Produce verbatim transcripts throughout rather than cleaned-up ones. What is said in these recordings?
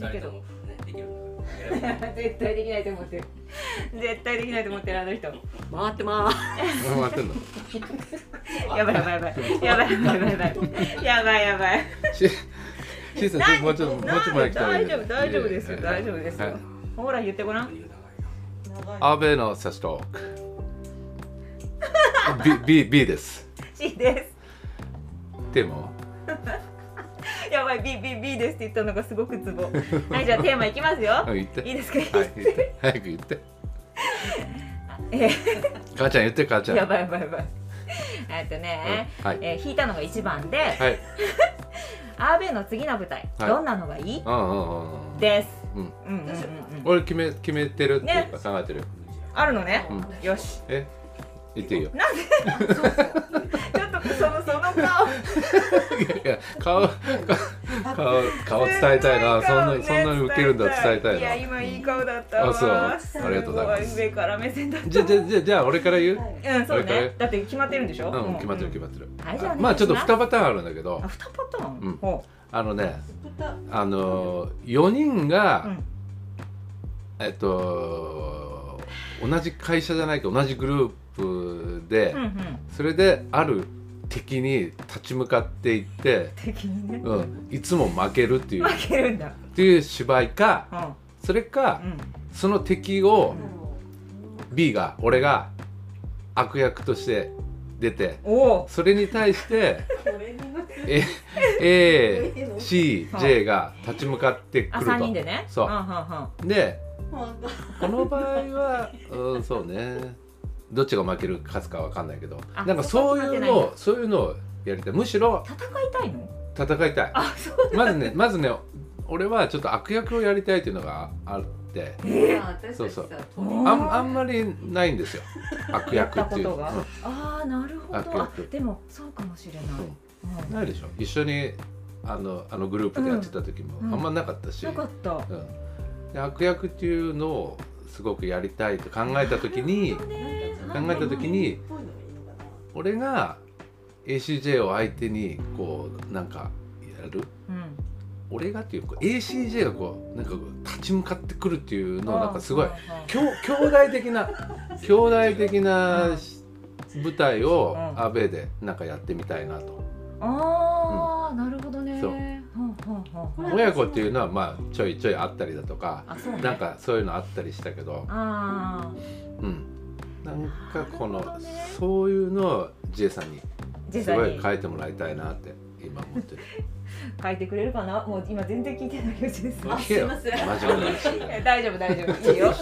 けど絶対できないと思ってる絶対できないと思ってるあの人回ってまーす回ってんのやばいやばいやばいやばいやばいやばいやばいやばいししさんもうちょっともうちょっと前来たらいい大丈夫大丈夫ですよ大丈夫ですよほら言ってごらん安倍のセストーク B, B, B です C ですでもやばい B, B, B ですって言ったのがすごくツボはいじゃあテーマいきますよ言っていいですかはい言って早く言ってえ母ちゃん言って母ちゃんやばいやばいやばいえっとね、 うんはいえー、弾いたのがいちばんで、 はいアーベイの次の舞台、はい、どんなのがいい、 うんうんうん、 です、 うん、 うんうんうんうん俺決め決めてるっていうか、ね、考えてるあるのね、 うん、 よしえ言っていいよなんでそうそうちょっとそのその顔いやいや顔顔顔伝えたいな、ね、そんなそんなに受けるんだ伝えたいな。 いや今いい顔だったわ。 あ、そう。ありがとうございます。 上から目線だった。 じゃじゃじゃじゃあ俺から言う？ うんそうね。だって決まってるんでしょ？ うん決まってる決まってる。 はいじゃあまあちょっと二パターンあるんだけど。 あ二パターン？ うん。あのね、あの四人がえっと同じ会社じゃないか同じグループでそれである敵に立ち向かっていって敵にね、 うん、いつも負けるっていう負けるんだっていう芝居か、うん、それか、うん、その敵を、うん、B が俺が悪役として出てそれに対してA、C、J が立ち向かってくると。 さんにんでね。 そう。でこの場合は、うん、そうねどっちが負ける勝つかわかんないけどなんかそういうのをそういうのをやりたい。むしろ戦いたいの？ 戦いたい。 あ、そうまずねまずね俺はちょっと悪役をやりたいっていうのがあって、 えー、そうそうあんあんまりないんですよ悪役っていうのが。 ああなるほど。でもそうかもしれない。 うん、ないでしょ。一緒にあのあのグループでやってた時もあんまなかったし。 なかった。うんで悪役っていうのをすごくやりたいと考えた時に考えた時に俺が エーシージェー を相手にこうなんかやる、うん、俺がっていうか エーシージェー がこうなんか立ち向かってくるっていうのをなんかすごい兄弟的な兄弟的な舞台をアベでなんかやってみたいなと。 ああ、うん、なるほどね。 そう親子っていうのはまあちょいちょいあったりだとか、ね、なんかそういうのあったりしたけど、あうん、なんかこの、ね、そういうのを J さんにすごい書いてもらいたいなって今思ってる。 書いてくれるかな？もう今全然聞いてないようです。 あ、すいません。真面目な話。 大丈夫大丈夫いいよ。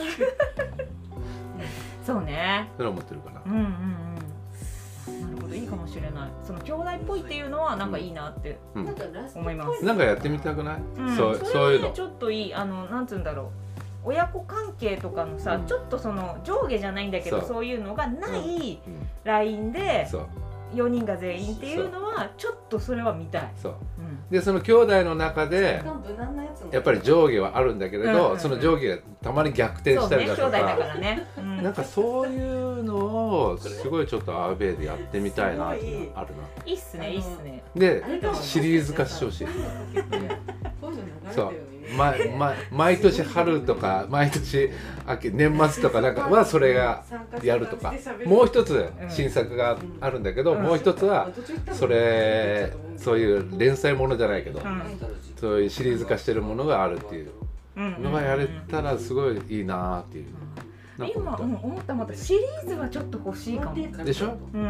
そうね。 それは思ってるかな。 うんうんうん。なるほどいいかもしれない。その兄弟っぽいっていうのはなんかいいなって思います。 なんかやってみたくない？ うん、そうそういうのちょっといいあのなんつうんだろう。親子関係とかのさ、うん、ちょっとその上下じゃないんだけど そ, そういうのがないラインでよにんが全員っていうのはちょっとそれは見たい。 そう、うん、でその兄弟の中でやっぱり上下はあるんだけれど、うんうんうん、その上下がたまに逆転したりだとか、 そうね、兄弟だからね、うん、 なんかそういうのをすごいちょっとアーベイでやってみたいなっていうのあるな。 いいっすねいいっすね。 でシリーズ化してほしい。そうまま、毎年春とか毎年秋年末とかなんかはそれがやるとかもう一つ新作があるんだけど、うん、もう一つはそれそういう連載ものじゃないけど、うん、そういうシリーズ化してるものがあるっていうのがやれたらすごいいいなっていう。 今思ったまたシリーズはちょっと欲しいかも。 でしょ？ うん。うん、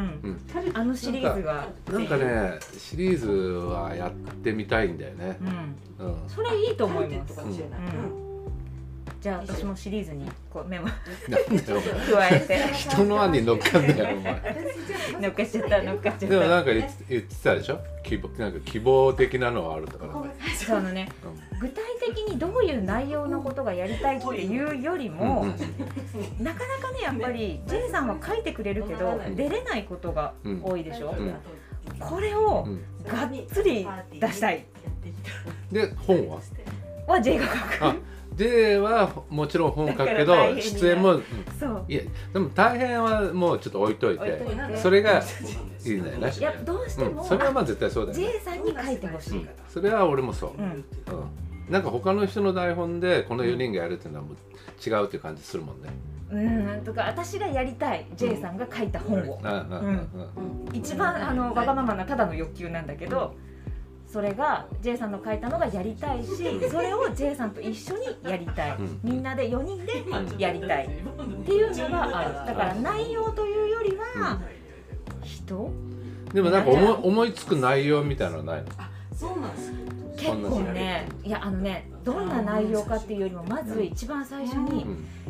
あのシリーズがなんかねシリーズはやってみたいんだよね。 うん。うん、それいいと思います。うん。じゃあ私もシリーズにこうメモ加えて人の案に乗っかんだよお前。 乗っかっちゃった乗っかっちゃった。 でもなんか言って、言ってたでしょ？希望なんか希望的なのはあるとかね。 そうあのね、うん、具体的にどういう内容のことがやりたいっていうよりも、うんうん、なかなかねやっぱり J さんは書いてくれるけど、うん、出れないことが多いでしょ？うん、これをがっつり出したい。 で本は？ は J が書く。 J はもちろん本書くけど出演も、うん、そういやでも大変はもうちょっと置いといてそれがいいんだよね。 いやどうしても、 うん、それはまあ絶対そうだよね。 J さんに書いてほしい、うん、 それは俺もそう、うんうん、 なんか他の人の台本でこのよにんがやるっていうのはもう違うっていう感じするもんね。 うんとか私がやりたい J さんが書いた本を、一番あのわがままなただの欲求なんだけど、それが J さんの書いたのがやりたいし、それを J さんと一緒にやりたい、うん、みんなでよにんでやりたいっていうのがある。だから内容というよりは人でもなんか思い、思いつく内容みたいなのないの？ あ、そうなんですね。 結構ね、いやあのね、どんな内容かっていうよりもまず一番最初に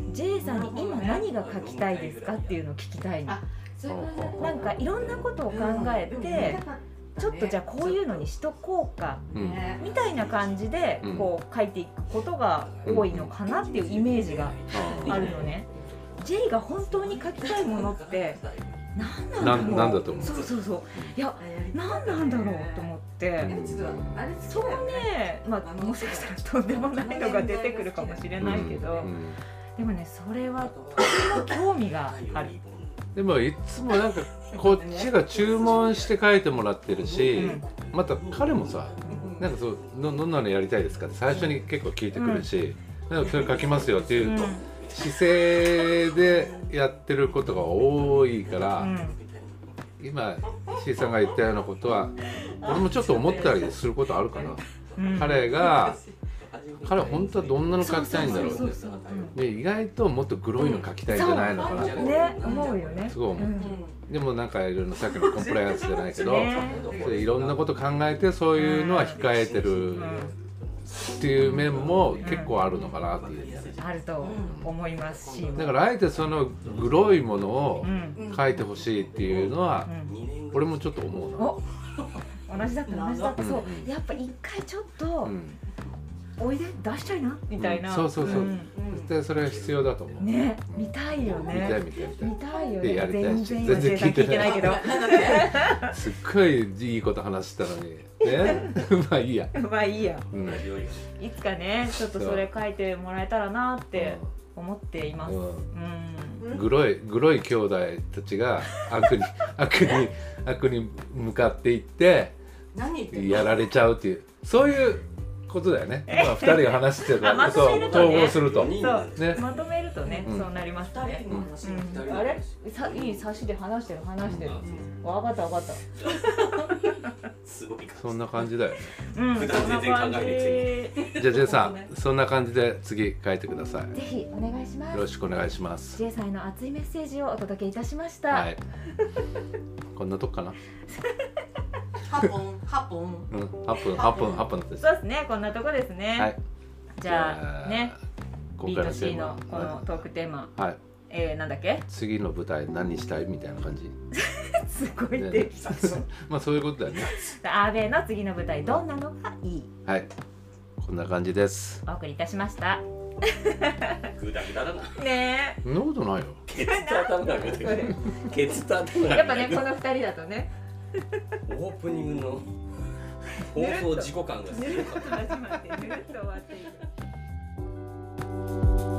J さんに今何が書きたいですかっていうのを聞きたいの。なんかいろんなことを考えて、ちょっとじゃあこういうのにしとこうか、うん、みたいな感じでこう書いていくことが多いのかなっていうイメージがあるのね。J が本当に書きたいものって何なんだろう。 なんだと思う。 そうそうそう。いや、何なんだろうと思って、そのね、まあもしかしたらとんでもないのが出てくるかもしれないけど、でもね、それはとても興味がある。 でもいつもなんかこっちが注文して書いてもらってるし、また彼もさ、なんかそうどんなのやりたいですかって最初に結構聞いてくるし、なんかそれ書きますよっていうと。姿勢でやってることが多いから、うん、今 C さんが言ったようなことは俺もちょっと思ったりすることあるかな、うん、彼が彼は本当はどんなの書きたいんだろうってで意外ともっとグロいの書きたいんじゃないのかなって、うん、 ね、思うよね。 すごい思う、うん、でもなんかいろいろさっきのコンプライアンスじゃないけど、ね、いろんなこと考えてそういうのは控えてる、うんっていう面も結構あるのかなっていう、 うん、あると思いますし、 だからあえてそのグロいものを書いてほしいっていうのは、うん、俺もちょっと思うな。同じだった同じだった、うん、そう、やっぱ一回ちょっと、うん、おいで出しちゃいなみたいな、 うん、そうそうそう、うん、絶対それは必要だと思うね。見たいよね。 見たい見たい見たい見たいよね。 やりたいし全然聞いてないけどすっごいいいこと話したのにねまあいいやまあいいや、うん、いつかねちょっとそれ書いてもらえたらなって思っています、うんうん、グロいグロい兄弟たちが悪に悪に悪に向かっていってやられちゃうっていうそういうことだよね。今ふたりが話してることを統合すると、 ね、まとめるとね、うん、そうなりますね。うんうん、あれさいい差しで話してる話してる。わかったわかった。 すごいそんな感じだよね。 うん、そんな感じ。 じゃあ J さん、そんな感じで次書いてください。 ぜひお願いします。 よろしくお願いします。 J さんへの熱いメッセージをお届けいたしました。はい。 こんなとこかな。 はっぽんはっぽん。 うん、はっぷんはっぷんはっぷんです。 そうですね、こんなとこですね。 はい。 じゃあね、B と C のこのトークテーマ。はい。えー、なんだっけ？ 次の舞台何したいみたいな感じ。 すごいテキサス。 まあそういうことだよね。 アーベイの次の舞台どんなのがいい？ はい。こんな感じです。 お送りいたしました。 グダグダだな。 ねえ。 そんなことないよ。 ケツと頭がグダグダ。ケツと頭が。 やっぱねこの二人だとね。 オープニングの放送事故感がすごかった。 ぬるっと始まってぬるっと終わっている。